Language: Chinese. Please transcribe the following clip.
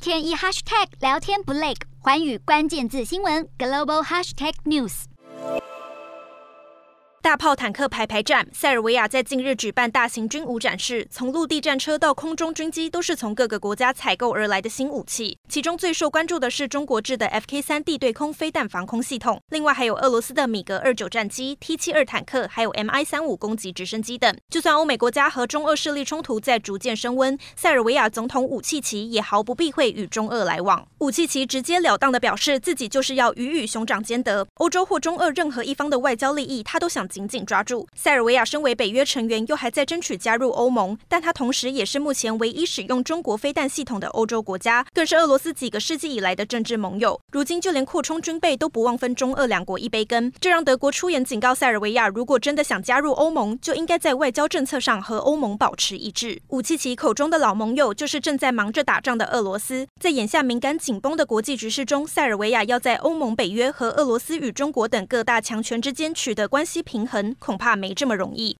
天一 hashtag 聊天不累，寰宇关键字新闻 global hashtag news。 大炮坦克排排站，塞尔维亚在近日举办大型军武展示，从陆地战车到空中军机，都是从各个国家采购而来的新武器。其中最受关注的是中国制的 FK3 地对空飞弹防空系统，另外还有俄罗斯的米格29战机、T72坦克，还有 MI35攻击直升机等。就算欧美国家和中俄势力冲突在逐渐升温，塞尔维亚总统武契奇也毫不避讳与中俄来往。武契奇直截了当地表示，自己就是要鱼与熊掌兼得，欧洲或中俄任何一方的外交利益，他都想紧紧抓住。塞尔维亚身为北约成员，又还在争取加入欧盟，但他同时也是目前唯一使用中国飞弹系统的欧洲国家，更是俄罗斯几个世纪以来的政治盟友。如今就连扩充军备都不忘分中俄两国一杯羹，这让德国出言警告塞尔维亚，如果真的想加入欧盟，就应该在外交政策上和欧盟保持一致。武契奇口中的老盟友，就是正在忙着打仗的俄罗斯。在眼下敏感紧绷的国际局势中，塞尔维亚要在欧盟、北约和俄罗斯与中国等各大强权之间取得关系平衡，恐怕没这么容易。